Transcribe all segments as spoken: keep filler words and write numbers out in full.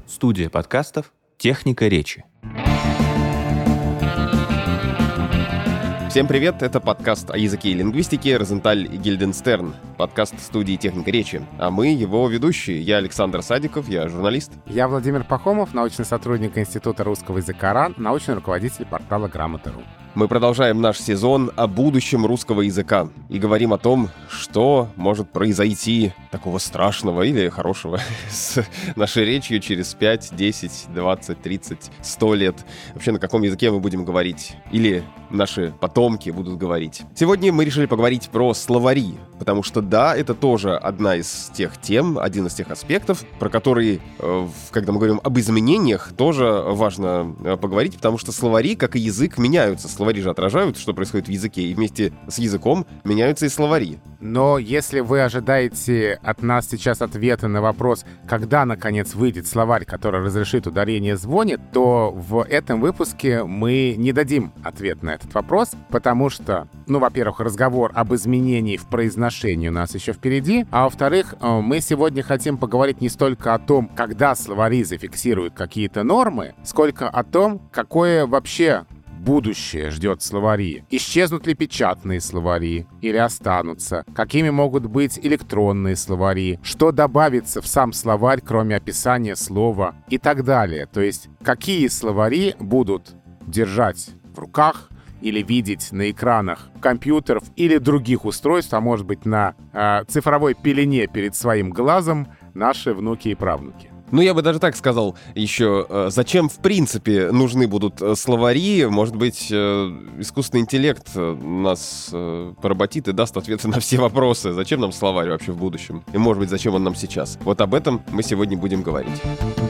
Студия подкастов «Техника речи». Всем привет, это подкаст о языке и лингвистике «Розенталь и Гильденстерн», подкаст студии «Техника речи». А мы его ведущие. Я Александр Садиков, я журналист. Я Владимир Пахомов, научный сотрудник Института русского языка РАН, научный руководитель портала Грамота.ру. Мы продолжаем наш сезон о будущем русского языка и говорим о том, что может произойти такого страшного или хорошего с нашей речью через пять, десять, двадцать, тридцать, сто лет. Вообще, на каком языке мы будем говорить? Или наши потомки будут говорить. Сегодня мы решили поговорить про словари, потому что, да, это тоже одна из тех тем, один из тех аспектов, про которые, когда мы говорим об изменениях, тоже важно поговорить, потому что словари, как и язык, меняются. Словари же отражают, что происходит в языке, и вместе с языком меняются и словари. Но если вы ожидаете от нас сейчас ответа на вопрос, когда, наконец, выйдет словарь, который разрешит ударение «звонит», то в этом выпуске мы не дадим ответ на этот вопрос, потому что, ну, во-первых, разговор об изменении в произношении у нас еще впереди, а во-вторых, мы сегодня хотим поговорить не столько о том, когда словари зафиксируют какие-то нормы, сколько о том, какое вообще будущее ждет словари. Исчезнут ли печатные словари или останутся? Какими могут быть электронные словари? Что добавится в сам словарь, кроме описания слова и так далее? То есть, какие словари будут держать в руках или видеть на экранах компьютеров или других устройств, а может быть на э, цифровой пелене перед своим глазом наши внуки и правнуки. Ну, я бы даже так сказал еще, зачем, в принципе, нужны будут словари? Может быть, искусственный интеллект нас поработит и даст ответы на все вопросы. Зачем нам словарь вообще в будущем? И, может быть, зачем он нам сейчас? Вот об этом мы сегодня будем говорить.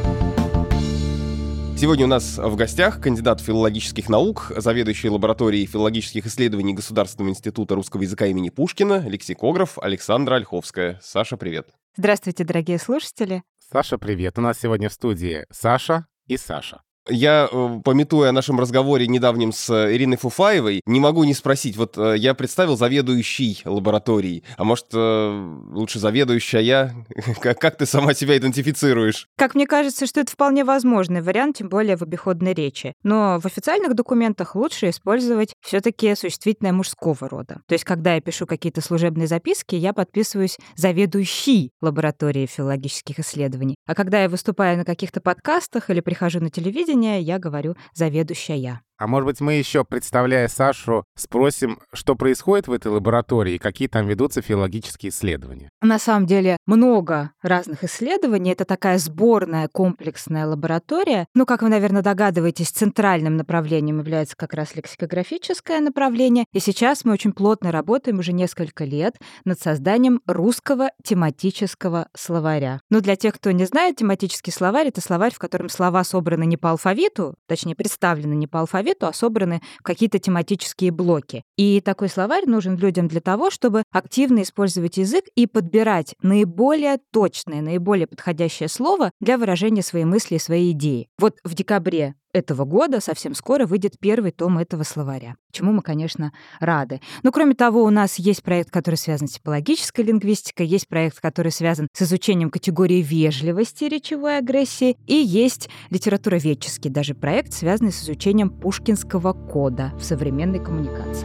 Сегодня у нас в гостях кандидат филологических наук, заведующий лабораторией филологических исследований Государственного института русского языка имени Пушкина, лексикограф Александра Ольховская. Саша, привет. Здравствуйте, дорогие слушатели. Саша, привет. У нас сегодня в студии Саша и Саша. Я, памятуя о нашем разговоре недавнем с Ириной Фуфаевой, не могу не спросить, вот я представил заведующий лабораторией, а может, лучше заведующая? Как, как ты сама себя идентифицируешь? Как мне кажется, что это вполне возможный вариант, тем более в обиходной речи. Но в официальных документах лучше использовать все-таки существительное мужского рода. То есть, когда я пишу какие-то служебные записки, я подписываюсь заведующий лабораторией филологических исследований. А когда я выступаю на каких-то подкастах или прихожу на телевидение, я говорю «заведующая». А может быть, мы еще, представляя Сашу, спросим, что происходит в этой лаборатории и какие там ведутся филологические исследования? На самом деле много разных исследований. Это такая сборная комплексная лаборатория. Ну, как вы, наверное, догадываетесь, центральным направлением является как раз лексикографическое направление. И сейчас мы очень плотно работаем уже несколько лет над созданием русского тематического словаря. Но для тех, кто не знает, тематический словарь — это словарь, в котором слова собраны не по алфавиту, точнее, представлены не по алфавиту, а собраны в какие-то тематические блоки. И такой словарь нужен людям для того, чтобы активно использовать язык и подбирать наиболее точное, наиболее подходящее слово для выражения своей мысли и своей идеи. Вот в декабре этого года, совсем скоро, выйдет первый том этого словаря, чему мы, конечно, рады. Но, кроме того, у нас есть проект, который связан с типологической лингвистикой, есть проект, который связан с изучением категории вежливости и речевой агрессии, и есть литературоведческий даже проект, связанный с изучением пушкинского кода в современной коммуникации.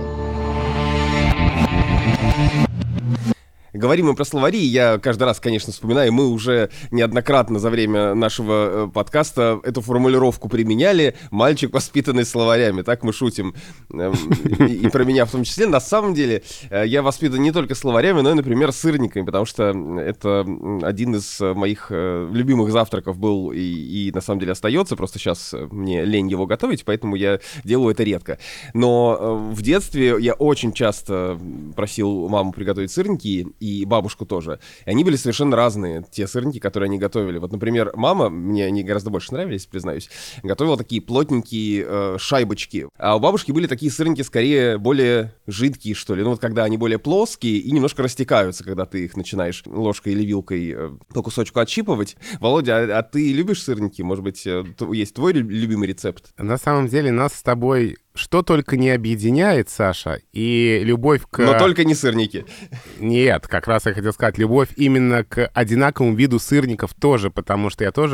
Говорим мы про словари, я каждый раз, конечно, вспоминаю, мы уже неоднократно за время нашего подкаста эту формулировку применяли. «Мальчик, воспитанный словарями», так мы шутим, и про меня в том числе. На самом деле, я воспитан не только словарями, но и, например, сырниками, потому что это один из моих любимых завтраков был и, и на самом деле остается, просто сейчас мне лень его готовить, поэтому я делаю это редко. Но в детстве я очень часто просил маму приготовить сырники, и бабушку тоже. И они были совершенно разные, те сырники, которые они готовили. Вот, например, мама, мне они гораздо больше нравились, признаюсь, готовила такие плотненькие э, шайбочки. А у бабушки были такие сырники, скорее, более жидкие, что ли. Ну, вот когда они более плоские и немножко растекаются, когда ты их начинаешь ложкой или вилкой э, по кусочку отщипывать. Володя, а, а ты любишь сырники? Может быть, э, есть твой любимый рецепт? На самом деле, нас с тобой что только не объединяет, Саша, и любовь к... Но только не сырники. Нет, как раз я хотел сказать, любовь именно к одинаковому виду сырников тоже, потому что я тоже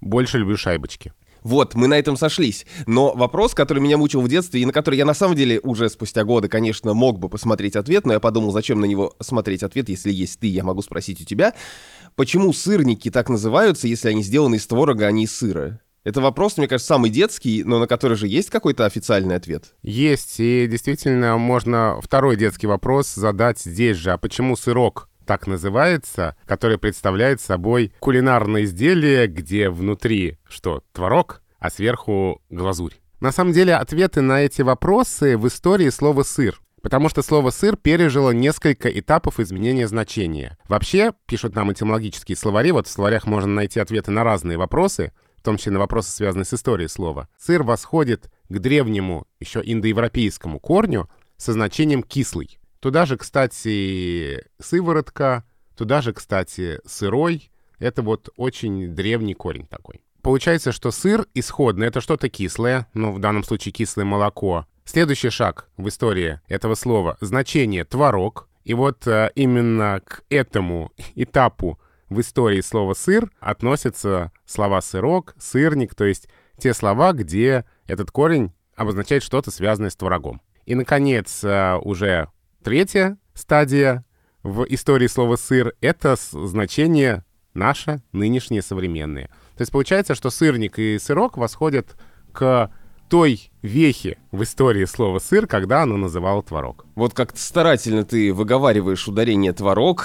больше люблю шайбочки. Вот, мы на этом сошлись. Но вопрос, который меня мучил в детстве, и на который я на самом деле уже спустя годы, конечно, мог бы посмотреть ответ, но я подумал, зачем на него смотреть ответ, если есть ты, я могу спросить у тебя. Почему сырники так называются, если они сделаны из творога, а не из сыра? Это вопрос, мне кажется, самый детский, но на который же есть какой-то официальный ответ? Есть, и действительно можно второй детский вопрос задать здесь же. А почему сырок так называется, который представляет собой кулинарное изделие, где внутри что, творог, а сверху глазурь? На самом деле ответы на эти вопросы в истории слова «сыр». Потому что слово «сыр» пережило несколько этапов изменения значения. Вообще, пишут нам этимологические словари, вот в словарях можно найти ответы на разные вопросы, в том числе на вопросы, связанные с историей слова. Сыр восходит к древнему, еще индоевропейскому корню со значением «кислый». Туда же, кстати, сыворотка, туда же, кстати, сырой. Это вот очень древний корень такой. Получается, что сыр исходно — это что-то кислое, ну, в данном случае кислое молоко. Следующий шаг в истории этого слова — значение «творог». И вот а, именно к этому этапу в истории слова «сыр» относятся слова «сырок», «сырник», то есть те слова, где этот корень обозначает что-то, связанное с творогом. И, наконец, а, уже третья стадия в истории слова «сыр» — это значение наше, нынешнее, современное. То есть получается, что сырник и сырок восходят к той вехе в истории слова «сыр», когда оно называло творог. Вот как-то старательно ты выговариваешь ударение «творог».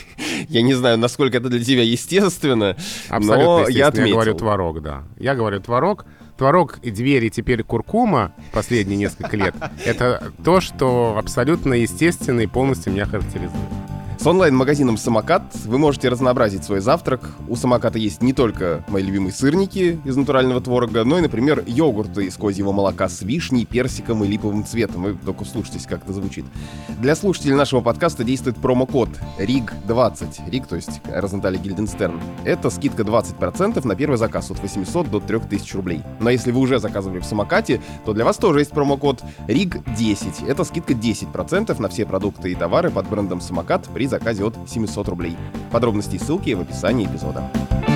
Я не знаю, насколько это для тебя естественно, Абсолютно но естественно. я отметил. Я говорю «творог», да. Я говорю «творог». Творог и двери теперь куркума последние несколько лет — это то, что абсолютно естественно и полностью меня характеризует. С онлайн-магазином «Самокат» вы можете разнообразить свой завтрак. У «Самоката» есть не только мои любимые сырники из натурального творога, но и, например, йогурты из козьего молока с вишней, персиком и липовым цветом. Вы только слушайтесь, как это звучит. Для слушателей нашего подкаста действует промокод риг двадцать. риг, то есть Розенталь Гильденстерн. Это скидка двадцать процентов на первый заказ от восьмисот до трёх тысяч рублей. Но если вы уже заказывали в «Самокате», то для вас тоже есть промокод риг десять. Это скидка десять процентов на все продукты и товары под брендом «Самокат» при заказе от семисот рублей. Подробности и ссылки в описании эпизода.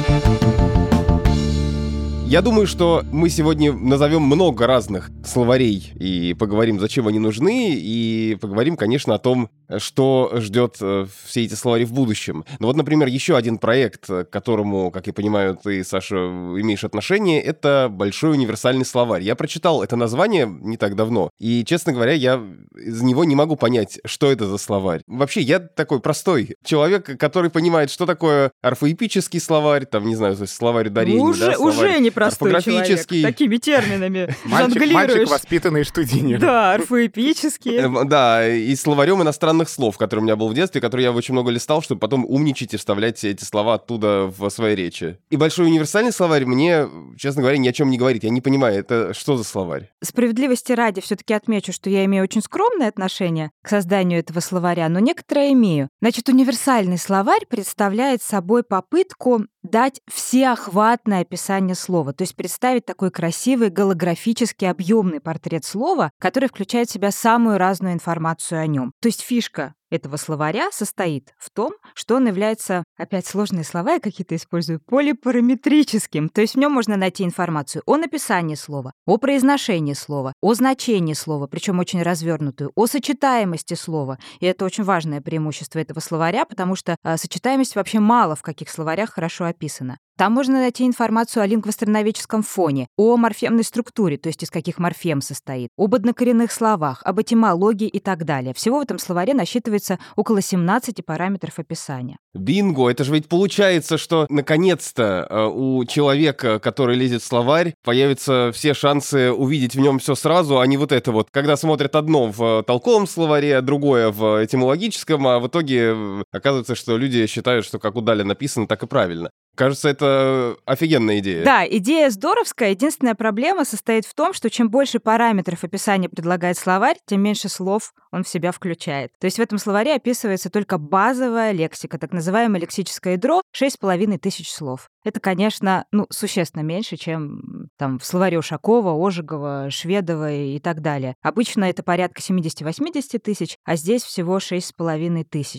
Я думаю, что мы сегодня назовем много разных словарей и поговорим, зачем они нужны, и поговорим, конечно, о том, что ждет все эти словари в будущем. Ну вот, например, еще один проект, к которому, как я понимаю, ты, Саша, имеешь отношение, это Большой универсальный словарь. Я прочитал это название не так давно, и, честно говоря, я из него не могу понять, что это за словарь. Вообще, я такой простой человек, который понимает, что такое орфоэпический словарь, там, не знаю, то есть словарь ударений, уже, да, словарь уже не простой человек, орфографический. такими терминами Мальчик, жонглируешь. мальчик, воспитанный штудинер. Да, орфоэпические. Эм, Да, и словарем иностранных слов, который у меня был в детстве, который я очень много листал, чтобы потом умничать и вставлять эти слова оттуда в свои речи. И Большой универсальный словарь мне, честно говоря, ни о чем не говорит. Я не понимаю, это что за словарь? Справедливости ради все-таки отмечу, что я имею очень скромное отношение к созданию этого словаря, но некоторое имею. Значит, универсальный словарь представляет собой попытку дать всеохватное описание слова, то есть представить такой красивый голографически объемный портрет слова, который включает в себя самую разную информацию о нем. То есть фишка этого словаря состоит в том, что он является, опять сложные слова я какие-то использую, полипараметрическим. То есть в нем можно найти информацию о написании слова, о произношении слова, о значении слова, причем очень развернутую, о сочетаемости слова. И это очень важное преимущество этого словаря, потому что а, сочетаемость вообще мало в каких словарях хорошо описана. Там можно найти информацию о лингвостроноведческом фоне, о морфемной структуре, то есть из каких морфем состоит, об однокоренных словах, об этимологии и так далее. Всего в этом словаре насчитывается около семнадцати параметров описания. Бинго! Это же ведь получается, что наконец-то э, у человека, который лезет в словарь, появятся все шансы увидеть в нем все сразу, а не вот это вот. Когда смотрят одно в толковом словаре, другое в этимологическом, а в итоге э, оказывается, что люди считают, что как у Даля написано, так и правильно. Кажется, это офигенная идея. Да, идея здоровская. Единственная проблема состоит в том, что чем больше параметров описания предлагает словарь, тем меньше слов он в себя включает. То есть в этом словаре описывается только базовая лексика, так называемое лексическое ядро, шесть с половиной тысяч слов. Это, конечно, ну, существенно меньше, чем там в словаре Ушакова, Ожегова, Шведова и так далее. Обычно это порядка семьдесят-восемьдесят тысяч, а здесь всего шесть с половиной тысяч.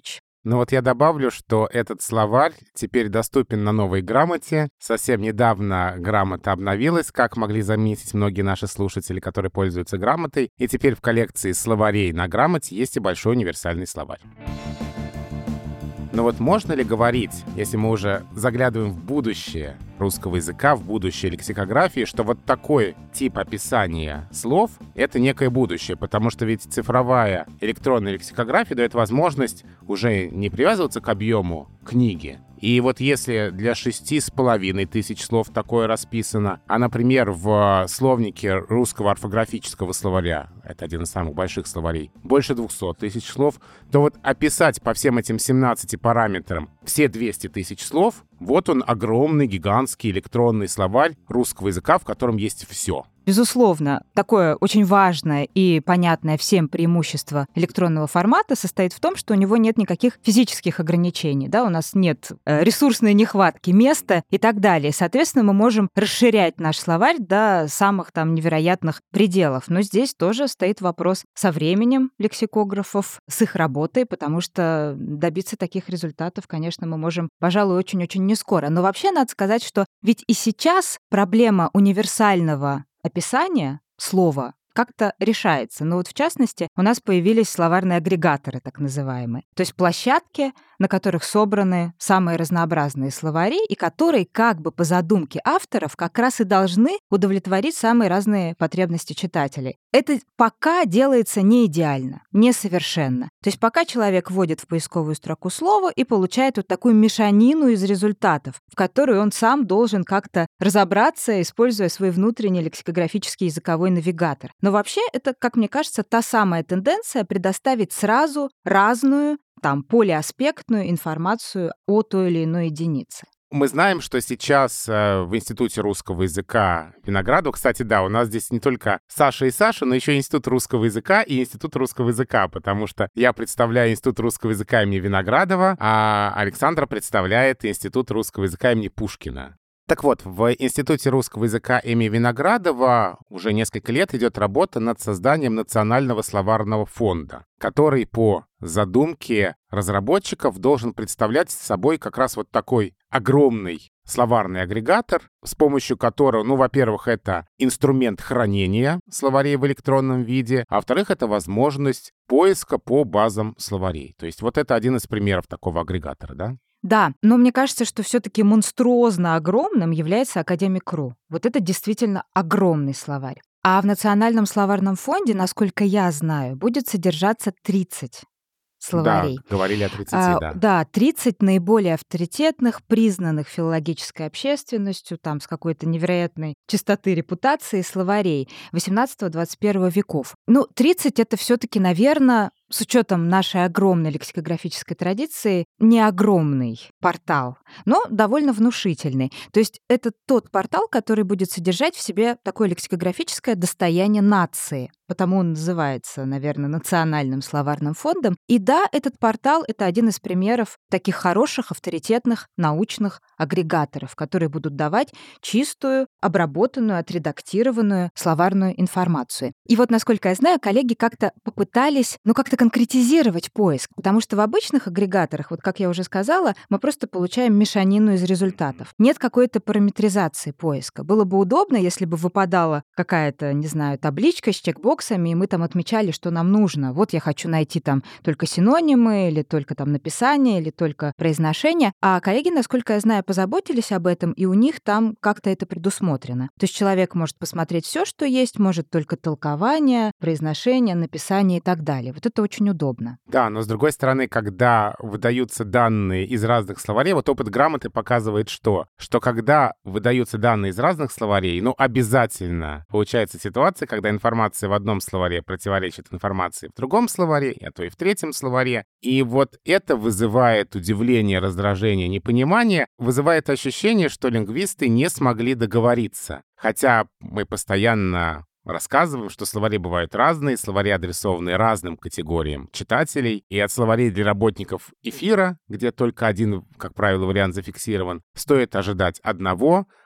Но вот я добавлю, что этот словарь теперь доступен на новой грамоте. Совсем недавно грамота обновилась, как могли заметить многие наши слушатели, которые пользуются грамотой. И теперь в коллекции словарей на грамоте есть и большой универсальный словарь. Но вот можно ли говорить, если мы уже заглядываем в будущее русского языка, в будущее лексикографии, что вот такой тип описания слов — это некое будущее, потому что ведь цифровая электронная лексикография дает возможность уже не привязываться к объему книги. И вот если для шести с половиной тысяч слов такое расписано, а, например, в словнике русского орфографического словаря, это один из самых больших словарей, больше двухсот тысяч слов, то вот описать по всем этим семнадцати параметрам все двести тысяч слов, вот он огромный, гигантский электронный словарь русского языка, в котором есть все. Безусловно, такое очень важное и понятное всем преимущество электронного формата состоит в том, что у него нет никаких физических ограничений, да, у нас нет э, ресурсной нехватки места и так далее. Соответственно, мы можем расширять наш словарь до самых там невероятных пределов. Но здесь тоже стоит вопрос со временем лексикографов, с их работой, потому что добиться таких результатов, конечно, мы можем, пожалуй, очень-очень не скоро. Но вообще надо сказать, что ведь и сейчас проблема универсального описание слова как-то решается. Но вот в частности у нас появились словарные агрегаторы, так называемые. То есть площадки, на которых собраны самые разнообразные словари, и которые как бы по задумке авторов как раз и должны удовлетворить самые разные потребности читателей. Это пока делается не идеально, несовершенно. То есть пока человек вводит в поисковую строку слово и получает вот такую мешанину из результатов, в которую он сам должен как-то разобраться, используя свой внутренний лексикографический языковой навигатор. Но вообще это, как мне кажется, та самая тенденция предоставить сразу разную, там, полиаспектную информацию о той или иной единице. Мы знаем, что сейчас э, в Институте русского языка Виноградова, кстати, да, у нас здесь не только Саша и Саша, но еще Институт русского языка и Институт русского языка, потому что я представляю Институт русского языка имени Виноградова, а Александра представляет Институт русского языка имени Пушкина. Так вот, в Институте русского языка имени Виноградова уже несколько лет идет работа над созданием национального словарного фонда, который по задумке разработчиков должен представлять собой как раз вот такой огромный словарный агрегатор, с помощью которого, ну, во-первых, это инструмент хранения словарей в электронном виде, а во-вторых, это возможность поиска по базам словарей. То есть вот это один из примеров такого агрегатора, да? Да, но мне кажется, что все-таки монструозно огромным является Академик точка ру. Вот это действительно огромный словарь. А в Национальном словарном фонде, насколько я знаю, будет содержаться тридцать словарей. Да, говорили о тридцати, а, да. Да, тридцать наиболее авторитетных, признанных филологической общественностью, там, с какой-то невероятной чистоты репутации словарей восемнадцатого-двадцать первого веков. Ну, тридцать — это все-таки, наверное, с учетом нашей огромной лексикографической традиции, не огромный портал, но довольно внушительный. То есть это тот портал, который будет содержать в себе такое лексикографическое достояние нации. Потому он называется, наверное, Национальным словарным фондом. И да, этот портал — это один из примеров таких хороших, авторитетных, научных агрегаторов, которые будут давать чистую, обработанную, отредактированную словарную информацию. И вот, насколько я знаю, коллеги как-то попытались, ну, как-то конкретизировать поиск, потому что в обычных агрегаторах, вот как я уже сказала, мы просто получаем мешанину из результатов. Нет какой-то параметризации поиска. Было бы удобно, если бы выпадала какая-то, не знаю, табличка с чекбоксами, и мы там отмечали, что нам нужно. Вот я хочу найти там только синонимы, или только там написание, или только произношение. А коллеги, насколько я знаю, позаботились об этом, и у них там как-то это предусмотрено. То есть человек может посмотреть все, что есть, может только толкование, произношение, написание и так далее. Вот это очень удобно. Да, но с другой стороны, когда выдаются данные из разных словарей, вот опыт грамоты показывает что? Что когда выдаются данные из разных словарей, ну, обязательно получается ситуация, когда информация в одном словаре противоречит информации в другом словаре, а то и в третьем словаре. И вот это вызывает удивление, раздражение, непонимание, вызывает ощущение, что лингвисты не смогли договориться. Хотя мы постоянно рассказываем, что словари бывают разные, словари адресованы разным категориям читателей, и от словарей для работников эфира, где только один, как правило, вариант зафиксирован, стоит ожидать одного,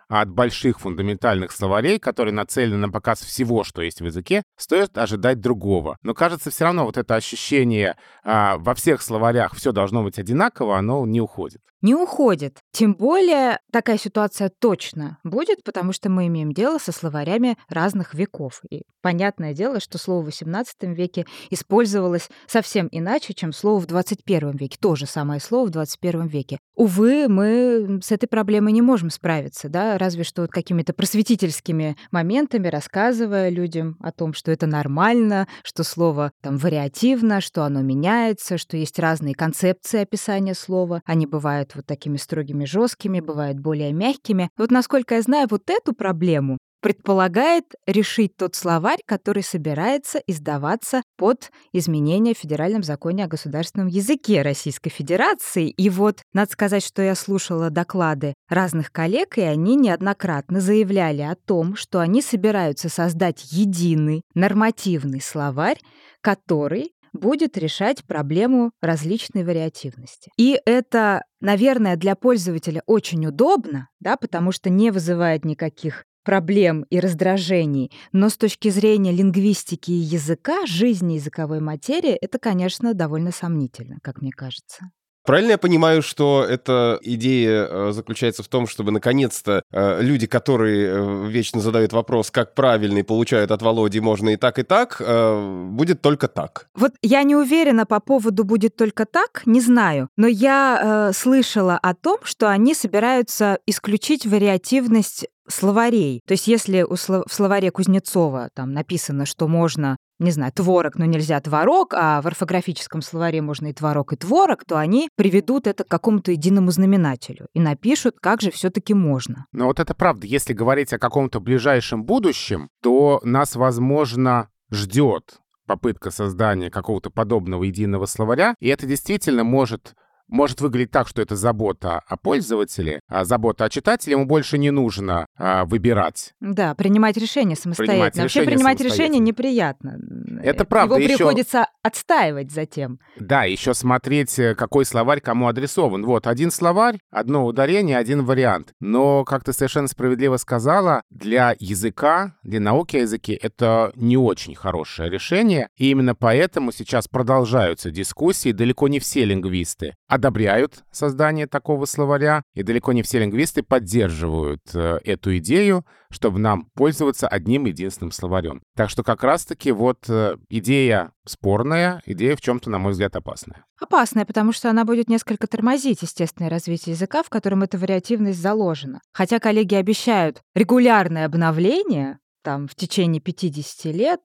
а от больших фундаментальных словарей, которые нацелены на показ всего, что есть в языке, стоит ожидать другого. Но, кажется, все равно вот это ощущение а, во всех словарях все должно быть одинаково, оно не уходит. Не уходит. Тем более такая ситуация точно будет, потому что мы имеем дело со словарями разных веков. И понятное дело, что слово в восемнадцатом веке использовалось совсем иначе, чем слово в двадцать первом веке. То же самое слово в двадцать первом веке. Увы, мы с этой проблемой не можем справиться, да, разве что вот какими-то просветительскими моментами, рассказывая людям о том, что это нормально, что слово там вариативно, что оно меняется, что есть разные концепции описания слова. Они бывают вот такими строгими, жесткими, бывают более мягкими. Вот насколько я знаю, вот эту проблему предполагает решить тот словарь, который собирается издаваться под изменения в Федеральном законе о государственном языке Российской Федерации. И вот надо сказать, что я слушала доклады разных коллег, и они неоднократно заявляли о том, что они собираются создать единый нормативный словарь, который будет решать проблему различной вариативности. И это, наверное, для пользователя очень удобно, да, потому что не вызывает никаких проблем и раздражений, но с точки зрения лингвистики и языка, жизни языковой материи, это, конечно, довольно сомнительно, как мне кажется. Правильно я понимаю, что эта идея э, заключается в том, чтобы наконец-то э, люди, которые э, вечно задают вопрос, как правильно и получают от Володи можно и так, и так, э, будет только так? Вот я не уверена по поводу «будет только так», не знаю, но я э, слышала о том, что они собираются исключить вариативность словарей. То есть если у слов... в словаре Кузнецова там написано, что можно, не знаю, творог, но нельзя творог, а в орфографическом словаре можно и творог, и творог, то они приведут это к какому-то единому знаменателю и напишут, как же все-таки можно. Но вот это правда. Если говорить о каком-то ближайшем будущем, то нас, возможно, ждет попытка создания какого-то подобного единого словаря, и это действительно может... может выглядеть так, что это забота о пользователе, а забота о читателе, ему больше не нужно а, выбирать. Да, принимать решения самостоятельно. Принимать Вообще решения принимать самостоятельно. решения неприятно. Это правда. Его Еще... приходится отстаивать затем. Да, еще смотреть, какой словарь кому адресован. Вот, один словарь, одно ударение, один вариант. Но, как ты совершенно справедливо сказала, для языка, для науки о языке это не очень хорошее решение. И именно поэтому сейчас продолжаются дискуссии. Далеко не все лингвисты одобряют создание такого словаря, и далеко не все лингвисты поддерживают э, эту идею, чтобы нам пользоваться одним единственным словарем. Так что как раз-таки вот э, идея спорная, идея в чем-то, на мой взгляд, опасная. Опасная, потому что она будет несколько тормозить естественное развитие языка, в котором эта вариативность заложена. Хотя коллеги обещают регулярное обновление, там, в течение пятидесяти лет,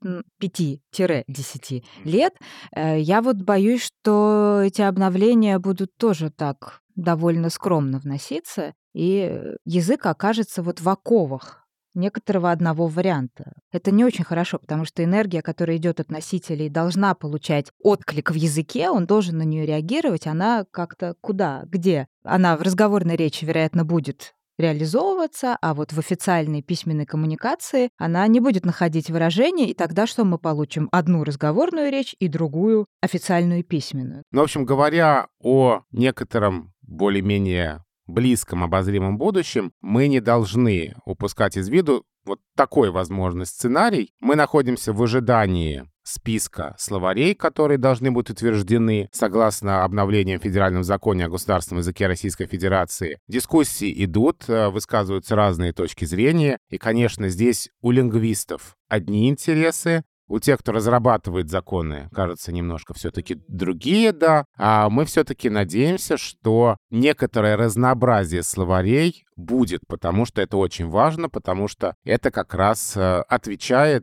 пяти-десяти лет, я вот боюсь, что эти обновления будут тоже так довольно скромно вноситься, и язык окажется вот в оковах некоторого одного варианта. Это не очень хорошо, потому что энергия, которая идет от носителей, должна получать отклик в языке, он должен на нее реагировать, она как-то куда, где? Она в разговорной речи, вероятно, будет реализовываться, а вот в официальной письменной коммуникации она не будет находить выражение, и тогда что мы получим? Одну разговорную речь и другую официальную письменную. Ну, в общем, говоря о некотором более-менее близком обозримом будущем, мы не должны упускать из виду вот такой возможный сценарий. Мы находимся в ожидании списка словарей, которые должны быть утверждены согласно обновлениям в Федеральном законе о государственном языке Российской Федерации. Дискуссии идут, высказываются разные точки зрения. И, конечно, здесь у лингвистов одни интересы, у тех, кто разрабатывает законы, кажется, немножко все-таки другие, да. А мы все-таки надеемся, что некоторое разнообразие словарей будет, потому что это очень важно, потому что это как раз отвечает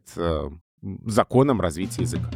законам развития языка.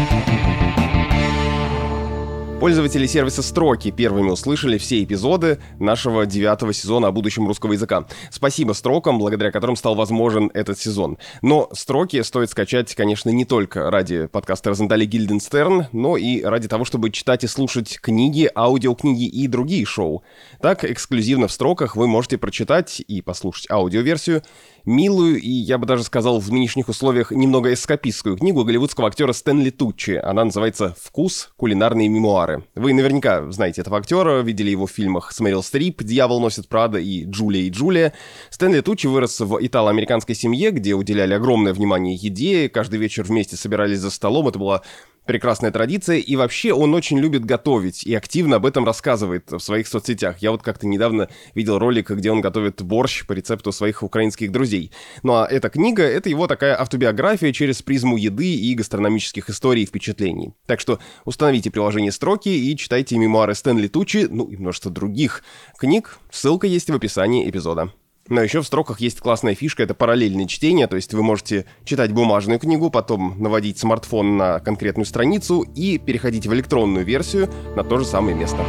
Пользователи сервиса «Строки» первыми услышали все эпизоды нашего девятого сезона о будущем русского языка. Спасибо «Строкам», благодаря которым стал возможен этот сезон. Но «Строки» стоит скачать, конечно, не только ради подкаста Розенталь и Гильденстерн, но и ради того, чтобы читать и слушать книги, аудиокниги и другие шоу. Так, эксклюзивно в «Строках» вы можете прочитать и послушать аудиоверсию милую и, я бы даже сказал, в нынешних условиях немного эскапистскую книгу голливудского актера Стэнли Туччи. Она называется «Вкус. Кулинарные мемуары». мемуары. Вы наверняка знаете этого актера, видели его в фильмах с Мэрил Стрип, «Дьявол носит Прада» и «Джулия и Джулия». Стэнли Туччи вырос в итало-американской семье, где уделяли огромное внимание еде, каждый вечер вместе собирались за столом, это была прекрасная традиция, и вообще он очень любит готовить и активно об этом рассказывает в своих соцсетях. Я вот как-то недавно видел ролик, где он готовит борщ по рецепту своих украинских друзей. Ну а эта книга — это его такая автобиография через призму еды и гастрономических историй и впечатлений. Так что установите приложение «Строки» и читайте мемуары Стэнли Туччи, ну и множество других книг. Ссылка есть в описании эпизода. Но еще в «Строках» есть классная фишка — это параллельное чтение, то есть вы можете читать бумажную книгу, потом наводить смартфон на конкретную страницу и переходить в электронную версию на то же самое место.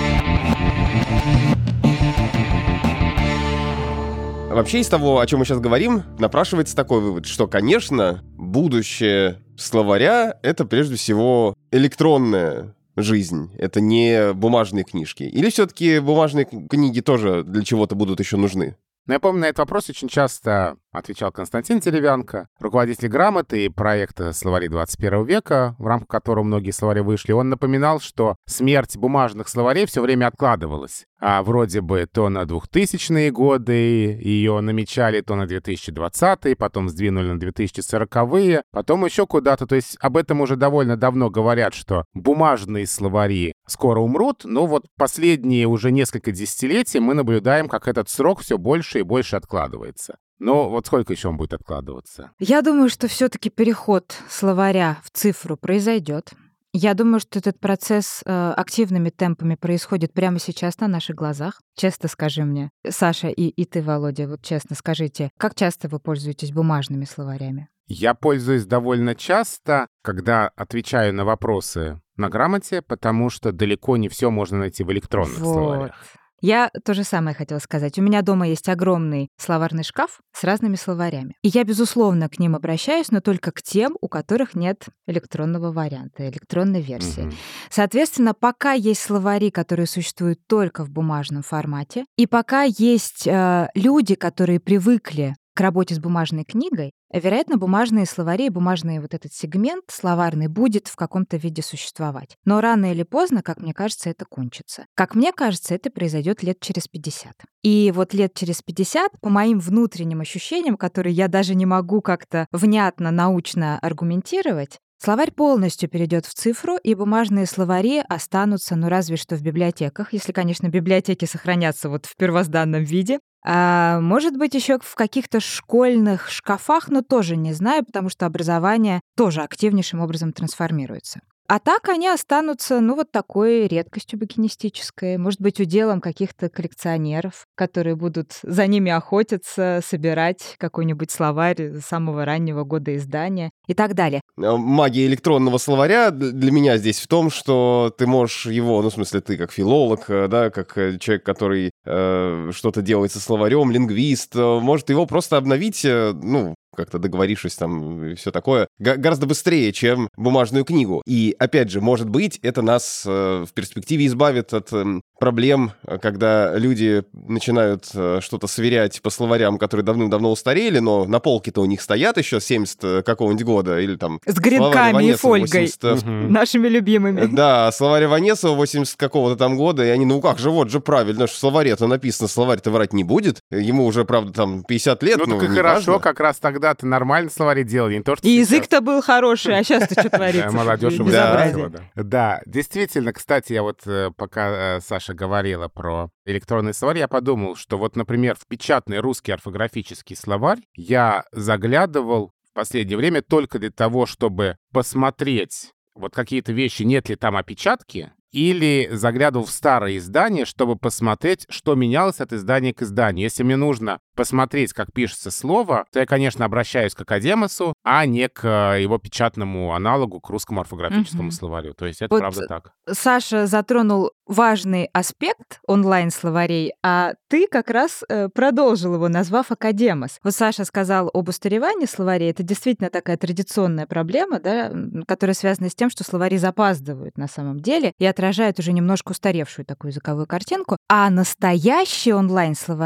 Вообще, из того, о чем мы сейчас говорим, напрашивается такой вывод, что, конечно, будущее словаря — это прежде всего электронная жизнь, это не бумажные книжки. Или все-таки бумажные книги тоже для чего-то будут еще нужны? Но я помню, на этот вопрос очень часто отвечал Константин Деревянко, руководитель «Грамоты» и проекта «Словари двадцать первого века», в рамках которого многие словари вышли. Он напоминал, что смерть бумажных словарей все время откладывалась. А вроде бы то на двухтысячные годы ее намечали, то на две тысячи двадцатые, потом сдвинули на две тысячи сороковые, потом еще куда-то. То есть об этом уже довольно давно говорят, что бумажные словари скоро умрут, но вот последние уже несколько десятилетий мы наблюдаем, как этот срок все больше и больше откладывается. Но вот сколько еще он будет откладываться? Я думаю, что все-таки переход словаря в цифру произойдет. Я думаю, что этот процесс э, активными темпами происходит прямо сейчас на наших глазах. Честно скажи мне, Саша и, и ты, Володя, вот честно скажите, как часто вы пользуетесь бумажными словарями? Я пользуюсь довольно часто, когда отвечаю на вопросы на «Грамоте», потому что далеко не все можно найти в электронных вот. словарях. Я то же самое хотела сказать. У меня дома есть огромный словарный шкаф с разными словарями. И я, безусловно, к ним обращаюсь, но только к тем, у которых нет электронного варианта, электронной версии. Мгм. Соответственно, пока есть словари, которые существуют только в бумажном формате, и пока есть э, люди, которые привыкли к работе с бумажной книгой, вероятно, бумажные словари и бумажный вот этот сегмент словарный будет в каком-то виде существовать. Но рано или поздно, как мне кажется, это кончится. Как мне кажется, это произойдет лет через пятьдесят. И вот лет через пятьдесят, по моим внутренним ощущениям, которые я даже не могу как-то внятно, научно аргументировать, словарь полностью перейдет в цифру, и бумажные словари останутся, ну, разве что в библиотеках, если, конечно, библиотеки сохранятся вот в первозданном виде. А может быть, еще в каких-то школьных шкафах, но тоже не знаю, потому что образование тоже активнейшим образом трансформируется. А так они останутся, ну, вот такой редкостью букинистической, может быть, уделом каких-то коллекционеров, которые будут за ними охотиться, собирать какой-нибудь словарь самого раннего года издания и так далее. Магия электронного словаря для меня здесь в том, что ты можешь его, ну, в смысле, ты как филолог, да, как человек, который э, что-то делает со словарем, лингвист, может его просто обновить, ну, как-то договорившись там и все такое, г- гораздо быстрее, чем бумажную книгу. И, опять же, может быть, это нас э, в перспективе избавит от э, проблем, когда люди начинают э, что-то сверять по словарям, которые давным-давно устарели, но на полке-то у них стоят еще семидесятого какого-нибудь года, или там... С гренками и фольгой, восемьдесят... Мгм. нашими любимыми. Да, словарь Иванесова восемьдесят какого-то там года, и они, ну как же, вот же правильно, что в словаре-то написано, словарь-то врать не будет. Ему уже, правда, там пятьдесят лет, Ну, ну, так и не хорошо, важно. как раз тогда ты нормально словари делали, не то, что И сейчас. язык-то был хороший, а сейчас-то что Да, творится? молодежь Безобразие. убежала. Да. Да, действительно, кстати, я вот э, пока э, Саша говорила про электронный словарь, я подумал, что вот, например, в печатный русский орфографический словарь я заглядывал в последнее время только для того, чтобы посмотреть вот какие-то вещи, нет ли там опечатки, или заглядывал в старые издания, чтобы посмотреть, что менялось от издания к изданию. Если мне нужно посмотреть, как пишется слово, то я, конечно, обращаюсь к академосу, а не к э, его печатному аналогу, к русскому орфографическому Мгм. словарю. То есть это Вот правда так. Саша затронул важный аспект онлайн-словарей, а ты как раз э, продолжил его, назвав академос. Вот Саша сказал об устаревании словарей. Это действительно такая традиционная проблема, да, м, которая связана с тем, что словари запаздывают на самом деле и отражают уже немножко устаревшую такую языковую картинку. А настоящие онлайн-словари,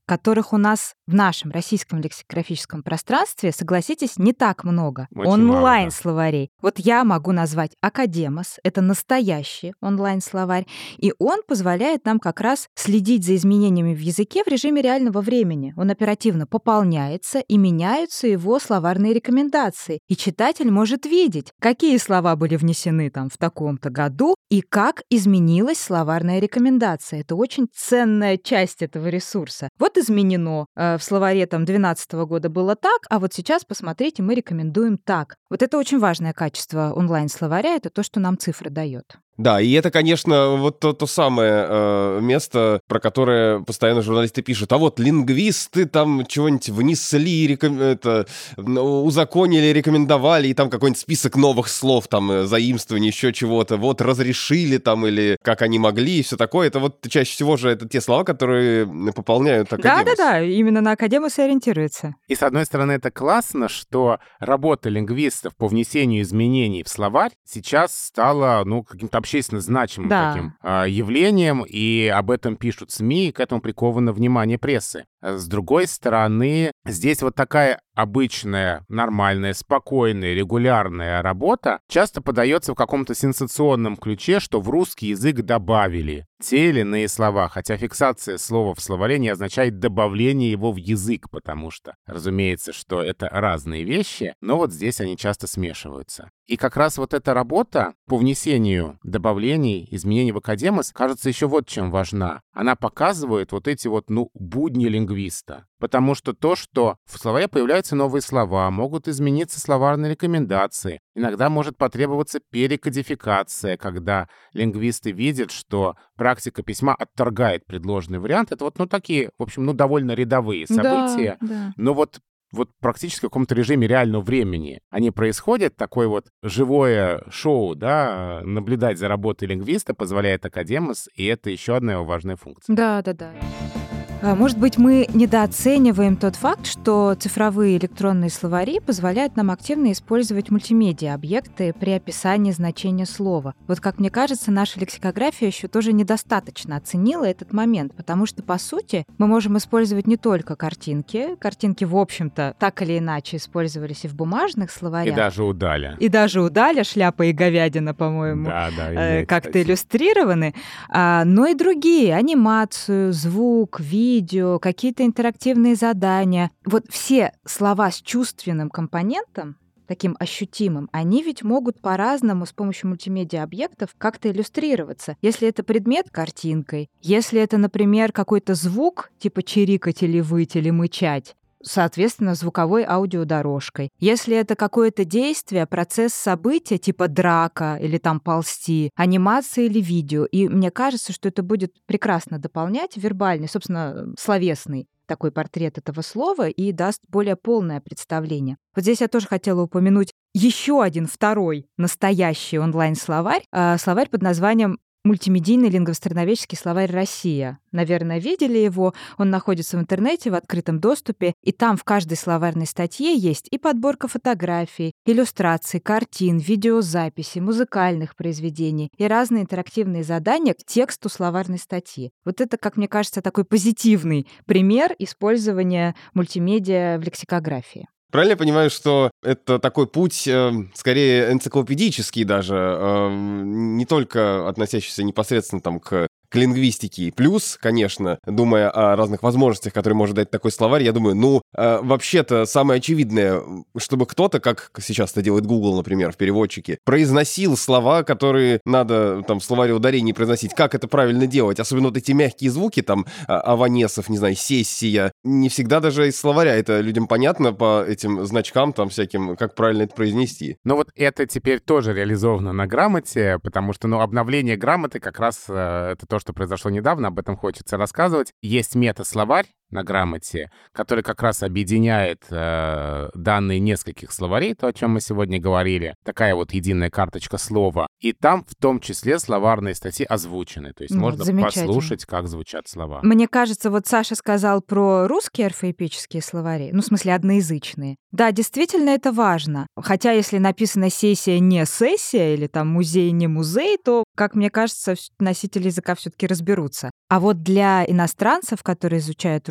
которых у нас в нашем российском лексикографическом пространстве, согласитесь, не так много. Очень Онлайн-словарей. Вот я могу назвать Академос, это настоящий онлайн-словарь, и он позволяет нам как раз следить за изменениями в языке в режиме реального времени. Он оперативно пополняется, и меняются его словарные рекомендации. И читатель может видеть, какие слова были внесены там в таком-то году, и как изменилась словарная рекомендация. Это очень ценная часть этого ресурса. Вот изменено. Э, в словаре там двенадцатого года было так, а вот сейчас, посмотрите, мы рекомендуем так. Вот это очень важное качество онлайн-словаря, это то, что нам цифра дает. Да, и это, конечно, вот то, то самое э, место, про которое постоянно журналисты пишут. А вот лингвисты там чего-нибудь внесли, реком... это, узаконили, рекомендовали, и там какой-нибудь список новых слов, там, заимствований, еще чего-то. Вот разрешили там, или как они могли, и все такое. Это вот чаще всего же это те слова, которые пополняют Академос. Да-да-да, именно на Академос и ориентируется. И, с одной стороны, это классно, что работа лингвистов по внесению изменений в словарь сейчас стала, ну, каким-то общественно значимым Да. таким а, явлением, и об этом пишут СМИ, и к этому приковано внимание прессы. С другой стороны, здесь вот такая обычная, нормальная, спокойная, регулярная работа часто подается в каком-то сенсационном ключе, что в русский язык добавили те или иные слова, хотя фиксация слова в словаре не означает добавление его в язык, потому что, разумеется, что это разные вещи, но вот здесь они часто смешиваются. И как раз вот эта работа по внесению добавлений, изменений в Академос, кажется, еще вот чем важна. Она показывает вот эти вот, ну, будни лингвиста. Потому что то, что в словаре появляются новые слова, могут измениться словарные рекомендации. Иногда может потребоваться перекодификация, когда лингвисты видят, что практика письма отторгает предложенный вариант. Это вот, ну, такие, в общем, ну, довольно рядовые события. Да, да. Но вот вот практически в каком-то режиме реального времени они происходят, такое вот живое шоу, да, наблюдать за работой лингвиста позволяет Академос, и это еще одна его важная функция. Да, да, да. Может быть, мы недооцениваем тот факт, что цифровые электронные словари позволяют нам активно использовать мультимедиа-объекты при описании значения слова. Вот, как мне кажется, наша лексикография еще тоже недостаточно оценила этот момент, потому что, по сути, мы можем использовать не только картинки. Картинки, в общем-то, так или иначе использовались и в бумажных словарях. И даже у Даля. И даже у Даля «Шляпа и говядина», по-моему, да, да, э, есть, как-то кстати. иллюстрированы. А, но и другие — анимацию, звук, видео, видео, какие-то интерактивные задания. Вот все слова с чувственным компонентом, таким ощутимым, они ведь могут по-разному с помощью мультимедиа-объектов как-то иллюстрироваться. Если это предмет — картинкой, если это, например, какой-то звук, типа чирикать или выть или мычать, соответственно, звуковой аудиодорожкой. Если это какое-то действие, процесс события, типа драка или там ползти, анимация или видео. И мне кажется, что это будет прекрасно дополнять вербальный, собственно, словесный такой портрет этого слова и даст более полное представление. Вот здесь я тоже хотела упомянуть еще один второй настоящий онлайн-словарь, э, словарь под названием «Мультимедийный лингвостроноведческий словарь Россия». Наверное, видели его. Он находится в интернете в открытом доступе, и там в каждой словарной статье есть и подборка фотографий, иллюстраций, картин, видеозаписи, музыкальных произведений и разные интерактивные задания к тексту словарной статьи. Вот это, как мне кажется, такой позитивный пример использования мультимедиа в лексикографии. Правильно я понимаю, что это такой путь, э, скорее энциклопедический даже, э, не только относящийся непосредственно там к к лингвистике. Плюс, конечно, думая о разных возможностях, которые может дать такой словарь, я думаю, ну, э, вообще-то самое очевидное, чтобы кто-то, как сейчас это делает Google, например, в переводчике, произносил слова, которые надо там в словаре ударений произносить. Как это правильно делать? Особенно вот эти мягкие звуки, там, аванесов, не знаю, сессия. Не всегда даже из словаря это людям понятно по этим значкам там всяким, как правильно это произнести. Но вот это теперь тоже реализовано на грамоте, потому что, ну, обновление грамоты как раз э, это то, что произошло недавно, об этом хочется рассказывать. Есть мета-словарь на грамоте, который как раз объединяет э, данные нескольких словарей, то, о чем мы сегодня говорили. Такая вот единая карточка слова. И там в том числе словарные статьи озвучены. То есть Ну, можно замечательно. послушать, как звучат слова. Мне кажется, вот Саша сказал про русские орфоэпические словари, ну, в смысле, одноязычные. Да, действительно, это важно. Хотя, если написано «сессия» не «сессия» или там «музей» не «музей», то, как мне кажется, носители языка все-таки разберутся. А вот для иностранцев, которые изучают русский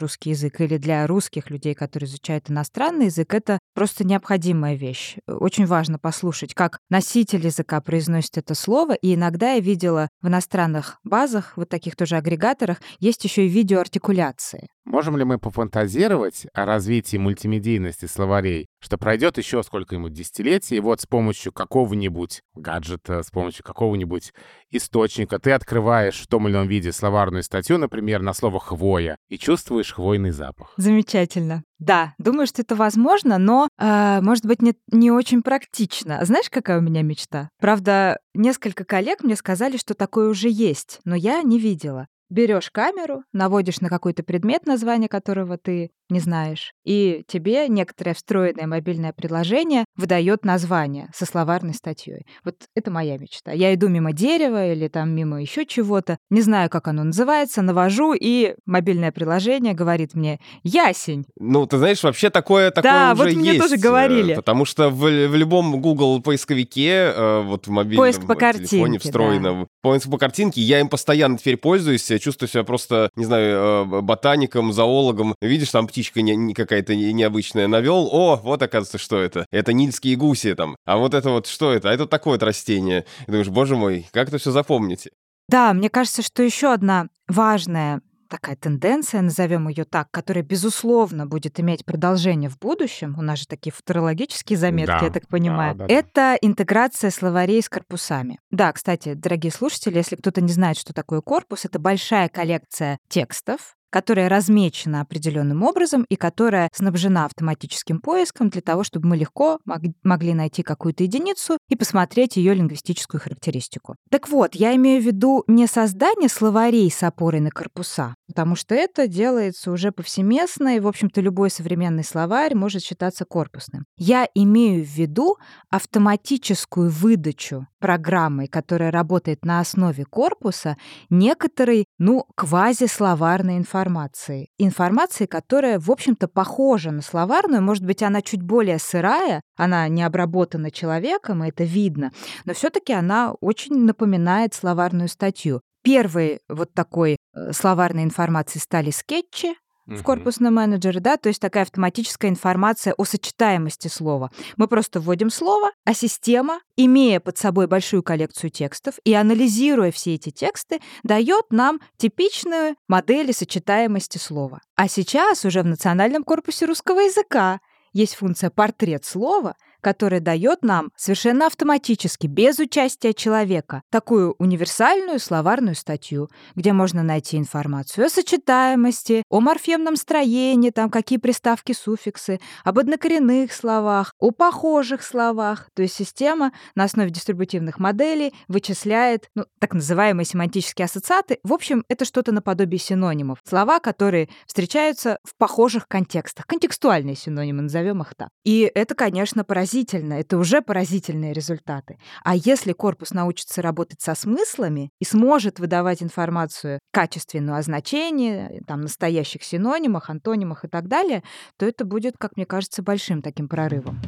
русский язык или для русских людей, которые изучают иностранный язык, это просто необходимая вещь. Очень важно послушать, как носитель языка произносит это слово, и иногда я видела в иностранных базах, вот таких тоже агрегаторах, есть еще и видеоартикуляции. Можем ли мы пофантазировать о развитии мультимедийности словарей, что пройдет еще сколько-нибудь десятилетий, и вот с помощью какого-нибудь гаджета, с помощью какого-нибудь источника ты открываешь в том или ином виде словарную статью, например, на слово «хвоя», и чувствуешь хвойный запах? Замечательно. Да, думаю, что это возможно, но, э, может быть, не, не очень практично. А знаешь, какая у меня мечта? Правда, несколько коллег мне сказали, что такое уже есть, но я не видела. Берешь камеру, наводишь на какой-то предмет, название которого ты не знаешь, и тебе некоторое встроенное мобильное приложение выдает название со словарной статьей. Вот это моя мечта. Я иду мимо дерева или там мимо еще чего-то, не знаю, как оно называется, навожу, и мобильное приложение говорит мне «Ясень». Ну, ты знаешь, вообще такое, такое Да, уже вот мне есть. тоже говорили. Потому что в, в любом Google поисковике, э, вот в мобильном Поиск по телефоне картинке, встроенном, да. поиск по картинке, я им постоянно теперь пользуюсь, я чувствую себя просто, не знаю, э, ботаником, зоологом. Видишь, там птичка не, не какая-то не- необычная навел, о, вот оказывается, что это. Это нильские гуси там. А вот это вот что это? А это такое вот растение. И думаешь, боже мой, как это все запомните? Да, мне кажется, что еще одна важная такая тенденция, назовем ее так, которая, безусловно, будет иметь продолжение в будущем, у нас же такие футурологические заметки, Да, я так понимаю, да, да, да. это интеграция словарей с корпусами. Да, кстати, дорогие слушатели, если кто-то не знает, что такое корпус, это большая коллекция текстов, которая размечена определенным образом и которая снабжена автоматическим поиском для того, чтобы мы легко мог- могли найти какую-то единицу и посмотреть ее лингвистическую характеристику. Так вот, я имею в виду не создание словарей с опорой на корпуса, потому что это делается уже повсеместно, и, в общем-то, любой современный словарь может считаться корпусным. Я имею в виду автоматическую выдачу программой, которая работает на основе корпуса, некоторой, ну, квазисловарной информации. Информации, которая, в общем-то, похожа на словарную, может быть, она чуть более сырая, она не обработана человеком, и это видно, но все-таки она очень напоминает словарную статью. Первой вот такой э, словарной информацией стали скетчи в Мгм. корпусном менеджере, да, то есть такая автоматическая информация о сочетаемости слова. Мы просто вводим слово, а система, имея под собой большую коллекцию текстов и анализируя все эти тексты, дает нам типичную модель сочетаемости слова. А сейчас уже в национальном корпусе русского языка есть функция «портрет слова», которая дает нам совершенно автоматически, без участия человека, такую универсальную словарную статью, где можно найти информацию о сочетаемости, о морфемном строении, там какие приставки, суффиксы, об однокоренных словах, о похожих словах. То есть система на основе дистрибутивных моделей вычисляет, ну, так называемые семантические ассоциаты. В общем, это что-то наподобие синонимов. Слова, которые встречаются в похожих контекстах. Контекстуальные синонимы, назовем их так. И это, конечно, поразительно. Это уже поразительные результаты. А если корпус научится работать со смыслами и сможет выдавать информацию качественную о значении, там, настоящих синонимах, антонимах и так далее, то это будет, как мне кажется, большим таким прорывом.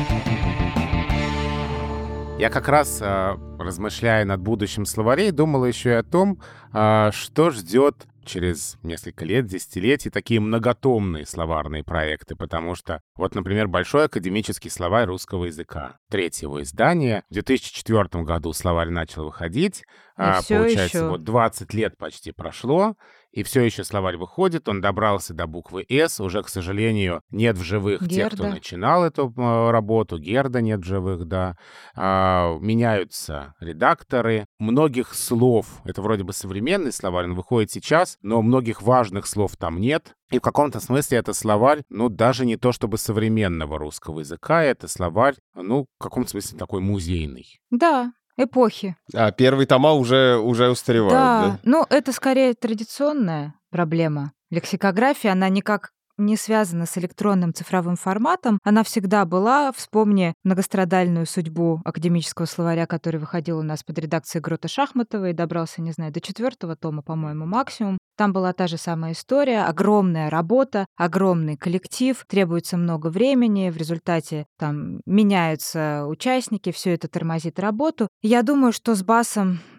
Я как раз, а, размышляя над будущим словарей, думал еще и о том, а, что ждет через несколько лет, десятилетий такие многотомные словарные проекты, потому что, вот, например, Большой академический словарь русского языка, третьего издания, в две тысячи четвёртом году словарь начал выходить, а, всё получается, ещё. вот двадцать лет почти прошло, и все еще словарь выходит, он добрался до буквы «С», уже, к сожалению, нет в живых тех, кто Герда. начинал эту э, работу, Герда нет в живых, да. А, меняются редакторы, многих слов, это вроде бы современный словарь, он выходит сейчас, но многих важных слов там нет. И в каком-то смысле это словарь, ну, даже не то чтобы современного русского языка, это словарь, ну, в каком-то смысле такой музейный. Да, эпохи. А первые тома уже, уже устаревают, Да, да? ну это скорее традиционная проблема. Лексикография, она никак не связана с электронным цифровым форматом. Она всегда была. Вспомни многострадальную судьбу академического словаря, который выходил у нас под редакцией Грота Шахматова и добрался, не знаю, до четвертого тома, по-моему, максимум. Там была та же самая история, огромная работа, огромный коллектив, требуется много времени, в результате там меняются участники, все это тормозит работу. Я думаю, что с БАСом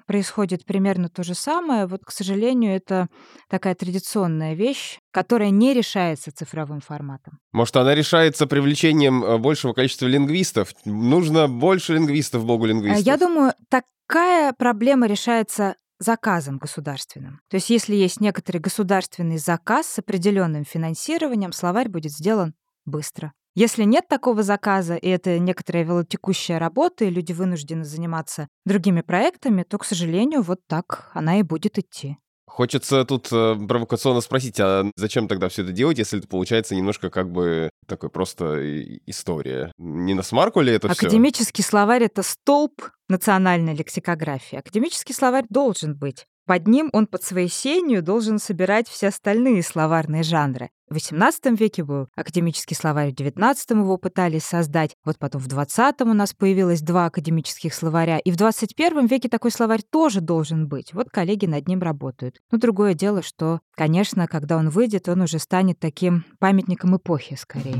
происходит примерно то же самое. Вот, к сожалению, это такая традиционная вещь, которая не решается цифровым форматом. Может, она решается привлечением большего количества лингвистов? Нужно больше лингвистов, богу лингвистов. Я думаю, такая проблема решается заказом государственным. То есть если есть некоторый государственный заказ с определенным финансированием, словарь будет сделан быстро. Если нет такого заказа, и это некоторая велотекущая работа, и люди вынуждены заниматься другими проектами, то, к сожалению, вот так она и будет идти. Хочется тут э, провокационно спросить, а зачем тогда все это делать, если это получается немножко как бы такой просто история? Не на смарку ли это все? Академический словарь — это столб национальной лексикографии. Академический словарь должен быть. Под ним он под своей сенью должен собирать все остальные словарные жанры. В восемнадцатом веке был академический словарь, в девятнадцатом его пытались создать. Вот потом в двадцатом у нас появилось два академических словаря. И в двадцать первом веке такой словарь тоже должен быть. Вот коллеги над ним работают. Но другое дело, что, конечно, когда он выйдет, он уже станет таким памятником эпохи скорее.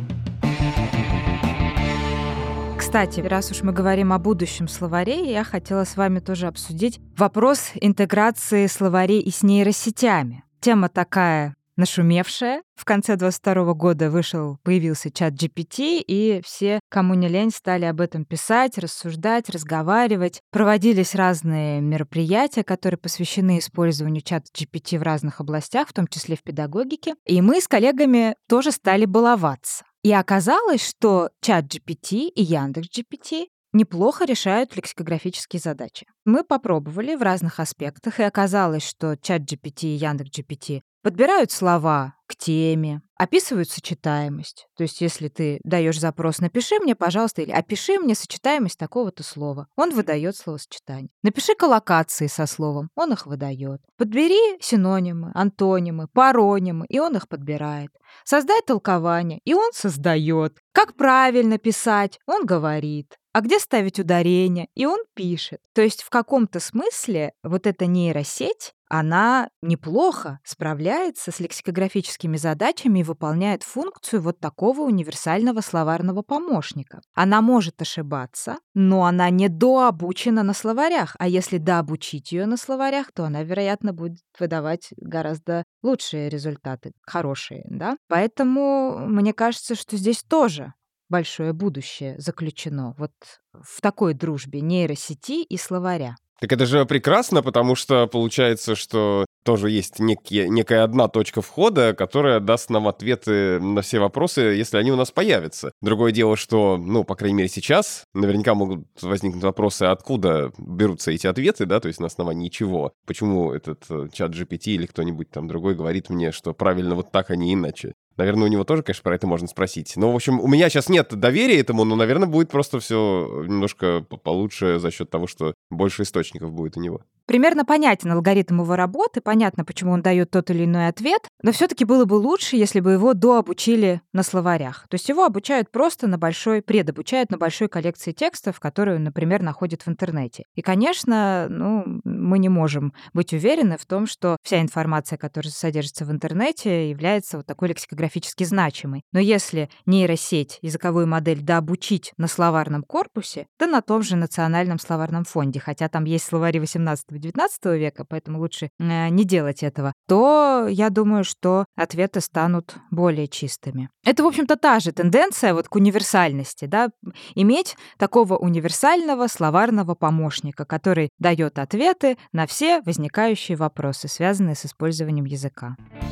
Кстати, раз уж мы говорим о будущем словаре, я хотела с вами тоже обсудить вопрос интеграции словарей и с нейросетями. Тема такая нашумевшая. В конце двадцать второго года вышел, появился чат джи пи ти, и все, кому не лень, стали об этом писать, рассуждать, разговаривать. Проводились разные мероприятия, которые посвящены использованию чата джи пи ти в разных областях, в том числе в педагогике. И мы с коллегами тоже стали баловаться. И оказалось, что чат джи пи ти и Яндекс джи пи ти неплохо решают лексикографические задачи. Мы попробовали в разных аспектах, и оказалось, что чат джи пи ти и Яндекс джи пи ти подбирают слова к теме, описывают сочетаемость. То есть если ты даешь запрос «напиши мне, пожалуйста», или «опиши мне сочетаемость такого-то слова», он выдает словосочетание. «Напиши коллокации со словом», он их выдает. Подбери синонимы, антонимы, паронимы, и он их подбирает. Создай толкование, и он создает. Как правильно писать, он говорит. А где ставить ударение, и он пишет. То есть в каком-то смысле вот эта нейросеть, она неплохо справляется с лексикографическими задачами и выполняет функцию вот такого универсального словарного помощника. Она может ошибаться, но она не дообучена на словарях. А если дообучить ее на словарях, то она, вероятно, будет выдавать гораздо лучшие результаты, хорошие, да? Поэтому мне кажется, что здесь тоже большое будущее заключено вот в такой дружбе нейросети и словаря. Так это же прекрасно, потому что получается, что тоже есть некие, некая одна точка входа, которая даст нам ответы на все вопросы, если они у нас появятся. Другое дело, что, ну, по крайней мере, сейчас наверняка могут возникнуть вопросы, откуда берутся эти ответы, да, то есть на основании чего. Почему этот чат джи пи ти или кто-нибудь там другой говорит мне, что правильно вот так, а не иначе. Наверное, у него тоже, конечно, про это можно спросить. Но, в общем, у меня сейчас нет доверия этому, но, наверное, будет просто все немножко получше за счет того, что больше источников будет у него. Примерно понятен алгоритм его работы, понятно, почему он дает тот или иной ответ, но все-таки было бы лучше, если бы его дообучили на словарях. То есть его обучают просто на большой, предобучают на большой коллекции текстов, которые он, например, находит в интернете. И, конечно, ну, мы не можем быть уверены в том, что вся информация, которая содержится в интернете, является вот такой лексикографически значимой. Но если нейросеть, языковую модель дообучить на словарном корпусе, да на том же национальном словарном фонде, хотя там есть словари восемнадцатого-девятнадцатого века, поэтому лучше э, не делать этого, то я думаю, что ответы станут более чистыми. Это, в общем-то, та же тенденция вот к универсальности, да, иметь такого универсального словарного помощника, который дает ответы на все возникающие вопросы, связанные с использованием языка.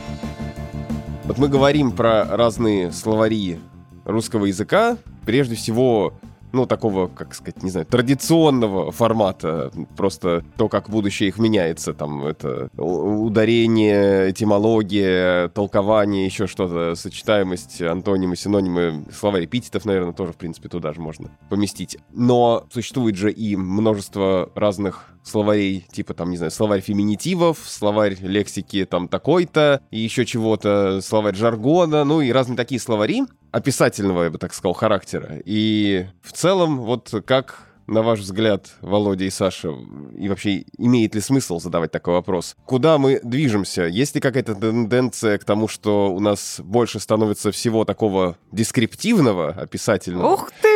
Вот мы говорим про разные словари русского языка, прежде всего, ну, такого, как сказать, не знаю, традиционного формата, просто то, как будущее их меняется, там, это ударение, этимология, толкование, еще что-то, сочетаемость, антонимы, синонимы, словарь эпитетов, наверное, тоже, в принципе, туда же можно поместить. Но существует же и множество разных словарей, типа, там, не знаю, словарь феминитивов, словарь лексики, там, такой-то, и еще чего-то, словарь жаргона, ну, и разные такие словари описательного, я бы так сказал, характера. И в целом, вот как, на ваш взгляд, Володя и Саша, и вообще имеет ли смысл задавать такой вопрос? Куда мы движемся? Есть ли какая-то тенденция к тому, что у нас больше становится всего такого дескриптивного, описательного? Ух ты!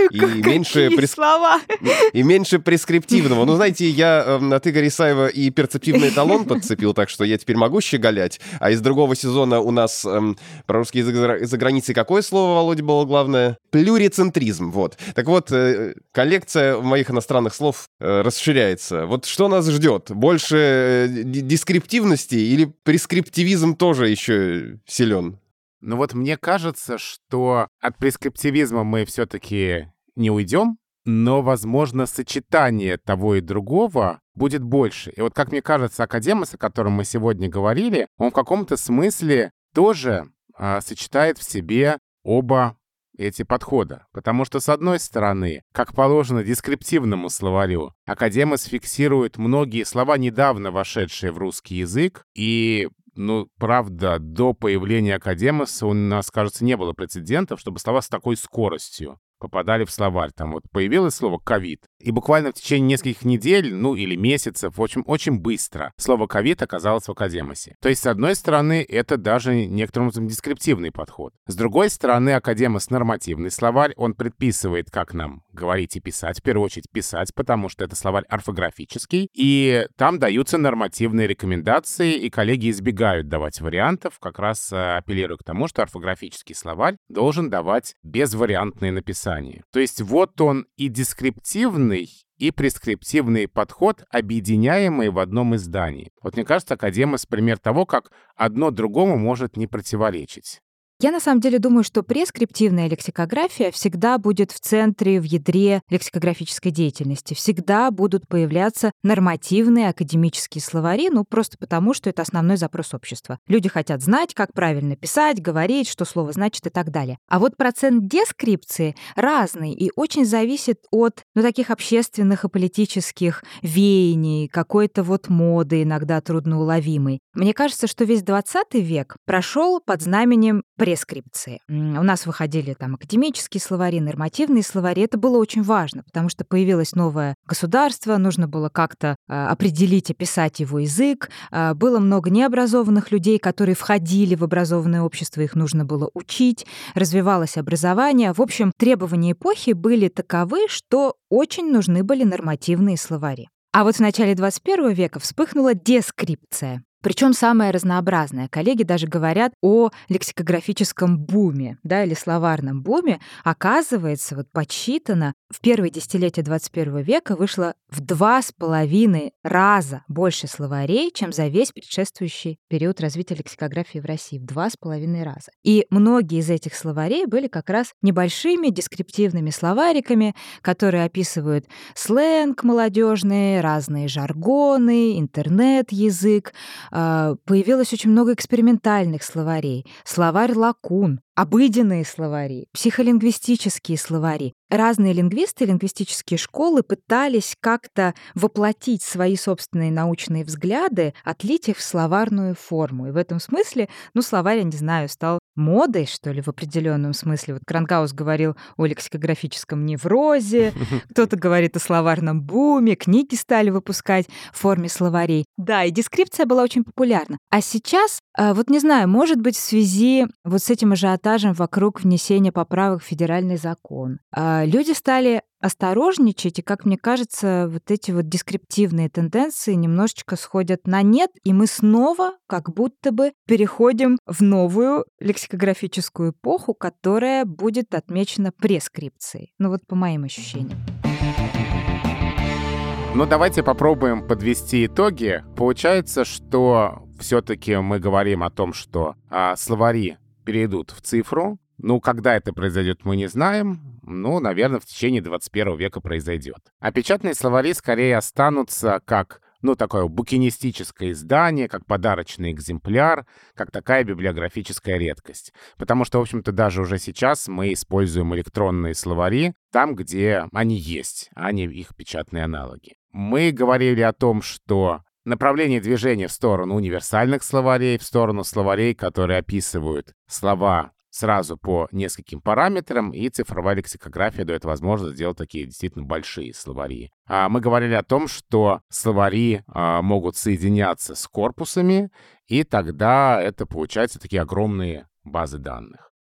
и меньше, преск... слова? и меньше прескриптивного. Ну, знаете, я э, от Игоря Исаева и перцептивный эталон подцепил, так что я теперь могу щеголять. А из другого сезона у нас э, про русский язык за, за границей какое слово, Володя, было главное? Плюрицентризм, вот. Так вот, э, коллекция моих иностранных слов э, расширяется. Вот что нас ждет? Больше э, дескриптивности или прескриптивизм тоже еще силен? Ну вот мне кажется, что от прескриптивизма мы все-таки не уйдем, но, возможно, сочетание того и другого будет больше. И вот, как мне кажется, академос, о котором мы сегодня говорили, он в каком-то смысле тоже а, сочетает в себе оба эти подхода. Потому что, с одной стороны, как положено дескриптивному словарю, академос фиксирует многие слова, недавно вошедшие в русский язык, и ну, правда, до появления академоса у нас, кажется, не было прецедентов, чтобы слова с такой скоростью попадали в словарь. Там вот появилось слово «ковид», и буквально в течение нескольких недель, ну или месяцев, в общем, очень быстро слово «ковид» оказалось в академосе. То есть, с одной стороны, это даже некоторым образом дескриптивный подход. С другой стороны, академос — нормативный словарь, он предписывает, как нам говорить и писать, в первую очередь писать, потому что это словарь орфографический, и там даются нормативные рекомендации, и коллеги избегают давать вариантов, как раз апеллируя к тому, что орфографический словарь должен давать безвариантные написания. То есть вот он и дескриптивный, и прескриптивный подход, объединяемый в одном издании. Вот мне кажется, академос — пример того, как одно другому может не противоречить. Я на самом деле думаю, что прескриптивная лексикография всегда будет в центре, в ядре лексикографической деятельности. Всегда будут появляться нормативные академические словари, ну просто потому, что это основной запрос общества. Люди хотят знать, как правильно писать, говорить, что слово значит и так далее. А вот процент дескрипции разный и очень зависит от ну, таких общественных и политических веяний, какой-то вот моды, иногда трудноуловимой. Мне кажется, что весь двадцатый век прошел под знаменем прескрипции. У нас выходили там академические словари, нормативные словари. Это было очень важно, потому что появилось новое государство, нужно было как-то э, определить, описать его язык. Э, было много необразованных людей, которые входили в образованное общество, их нужно было учить, развивалось образование. В общем, требования эпохи были таковы, что очень нужны были нормативные словари. А вот в начале двадцать первого века вспыхнула дескрипция. Причем самое разнообразное. Коллеги даже говорят о лексикографическом буме, да, или словарном буме. Оказывается, вот подсчитано, в первые десятилетия двадцать первого века вышло в два с половиной раза больше словарей, чем за весь предшествующий период развития лексикографии в России. В два с половиной раза. И многие из этих словарей были как раз небольшими дескриптивными словариками, которые описывают сленг молодежный, разные жаргоны, интернет-язык. Появилось очень много экспериментальных словарей. Словарь лакун, обыденные словари, психолингвистические словари. Разные лингвисты, лингвистические школы пытались как-то воплотить свои собственные научные взгляды, отлить их в словарную форму. И в этом смысле, ну, словарь, я не знаю, стал модой, что ли, в определенном смысле. Вот Крангаус говорил о лексикографическом неврозе, кто-то говорит о словарном буме, книги стали выпускать в форме словарей. Да, и дескрипция была очень популярна. А сейчас, вот не знаю, может быть, в связи вот с этим ажиотажем вокруг внесения поправок в федеральный закон, люди стали осторожничать, и, как мне кажется, вот эти вот дескриптивные тенденции немножечко сходят на нет, и мы снова как будто бы переходим в новую лексикографическую эпоху, которая будет отмечена прескрипцией. Ну вот по моим ощущениям. Ну, давайте попробуем подвести итоги. Получается, что все-таки мы говорим о том, что а, словари перейдут в цифру. Ну, когда это произойдет, мы не знаем. Ну, наверное, в течение двадцать первого века произойдет. А печатные словари скорее останутся как, ну, такое букинистическое издание, как подарочный экземпляр, как такая библиографическая редкость. Потому что, в общем-то, даже уже сейчас мы используем электронные словари там, где они есть, а не их печатные аналоги. Мы говорили о том, что направление движения в сторону универсальных словарей, в сторону словарей, которые описывают слова сразу по нескольким параметрам, и цифровая лексикография дает возможность сделать такие действительно большие словари. А мы говорили о том, что словари а, могут соединяться с корпусами, и тогда это получаются такие огромные базы данных.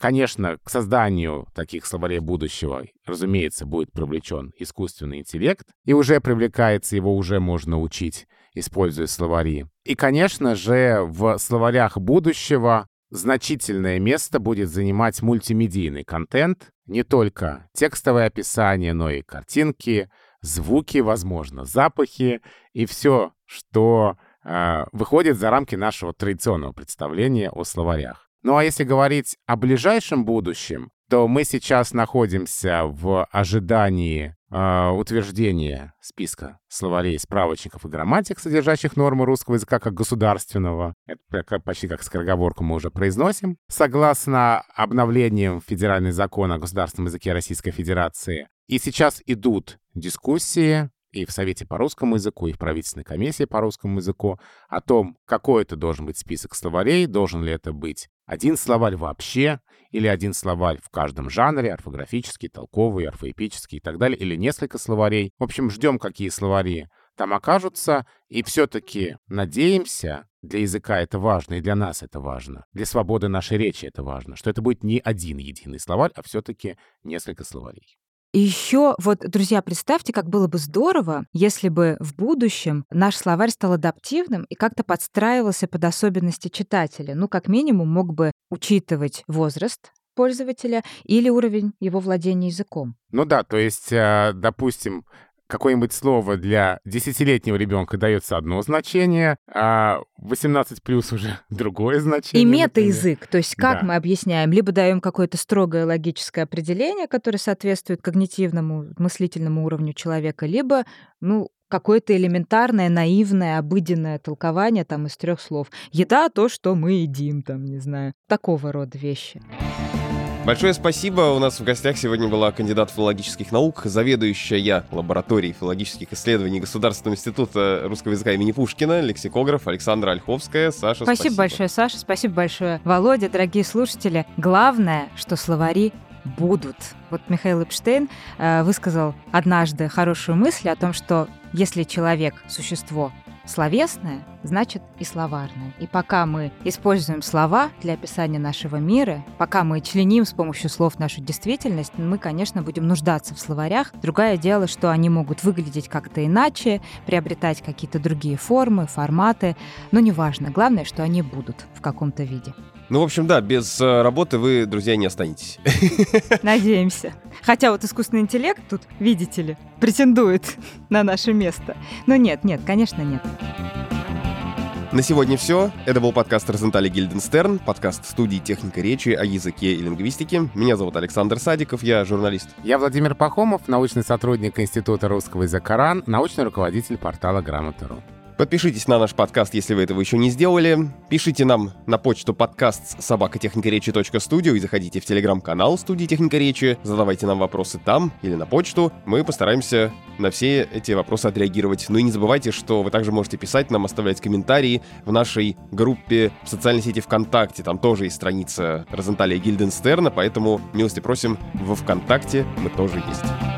Конечно, к созданию таких словарей будущего, разумеется, будет привлечен искусственный интеллект, и уже привлекается, его уже можно учить, используя словари. И, конечно же, в словарях будущего значительное место будет занимать мультимедийный контент, не только текстовое описание, но и картинки, звуки, возможно, запахи и все, что э, выходит за рамки нашего традиционного представления о словарях. Ну а если говорить о ближайшем будущем, то мы сейчас находимся в ожидании э, утверждения списка словарей, справочников и грамматик, содержащих нормы русского языка как государственного. Это почти как скороговорку мы уже произносим. Согласно обновлениям Федерального закона о государственном языке Российской Федерации. И сейчас идут дискуссии и в Совете по русскому языку, и в правительственной комиссии по русскому языку о том, какой это должен быть список словарей, должен ли это быть один словарь вообще, или один словарь в каждом жанре, орфографический, толковый, орфоэпический и так далее, или несколько словарей. В общем, ждем, какие словари там окажутся, и все-таки надеемся, для языка это важно, и для нас это важно, для свободы нашей речи это важно, что это будет не один единый словарь, а все-таки несколько словарей. И еще, вот, друзья, представьте, как было бы здорово, если бы в будущем наш словарь стал адаптивным и как-то подстраивался под особенности читателя. Ну, как минимум, мог бы учитывать возраст пользователя или уровень его владения языком. Ну да, то есть, допустим, какое-нибудь слово для десятилетнего ребенка дается одно значение, а восемнадцать плюс уже другое значение. И мета-язык, то есть как Да. мы объясняем, либо даем какое-то строгое логическое определение, которое соответствует когнитивному, мыслительному уровню человека, либо, ну, какое-то элементарное, наивное, обыденное толкование там из трех слов. Еда — то, что мы едим, там, не знаю, такого рода вещи. Большое спасибо. У нас в гостях сегодня была кандидат филологических наук, заведующая лабораторией филологических исследований Государственного института русского языка имени Пушкина, лексикограф Александра Ольховская. Саша, спасибо. Спасибо большое, Саша. Спасибо большое, Володя, дорогие слушатели. Главное, что словари будут. Вот Михаил Эпштейн э, высказал однажды хорошую мысль о том, что если человек — существо словесное, значит и словарное. И пока мы используем слова для описания нашего мира, пока мы членим с помощью слов нашу действительность, мы, конечно, будем нуждаться в словарях. Другое дело, что они могут выглядеть как-то иначе, приобретать какие-то другие формы, форматы, но неважно. Главное, что они будут в каком-то виде. Ну, в общем, да, без э, работы вы, друзья, не останетесь. Надеемся. Хотя вот искусственный интеллект тут, видите ли, претендует на наше место. Но нет, нет, конечно, нет. На сегодня все. Это был подкаст Розенталь и Гильденстерн, подкаст студии «Техника речи» о языке и лингвистике. Меня зовут Александр Садиков, я журналист. Я Владимир Пахомов, научный сотрудник Института русского языка РАН, научный руководитель портала Грамота точка ру. Подпишитесь на наш подкаст, если вы этого еще не сделали. Пишите нам на почту подкаст собака техника речи точка студио и заходите в телеграм-канал студии «Техника речи». Задавайте нам вопросы там или на почту. Мы постараемся на все эти вопросы отреагировать. Ну и не забывайте, что вы также можете писать нам, оставлять комментарии в нашей группе в социальной сети ВКонтакте. Там тоже есть страница Розенталя и Гильденстерна, поэтому милости просим, во ВКонтакте мы тоже есть.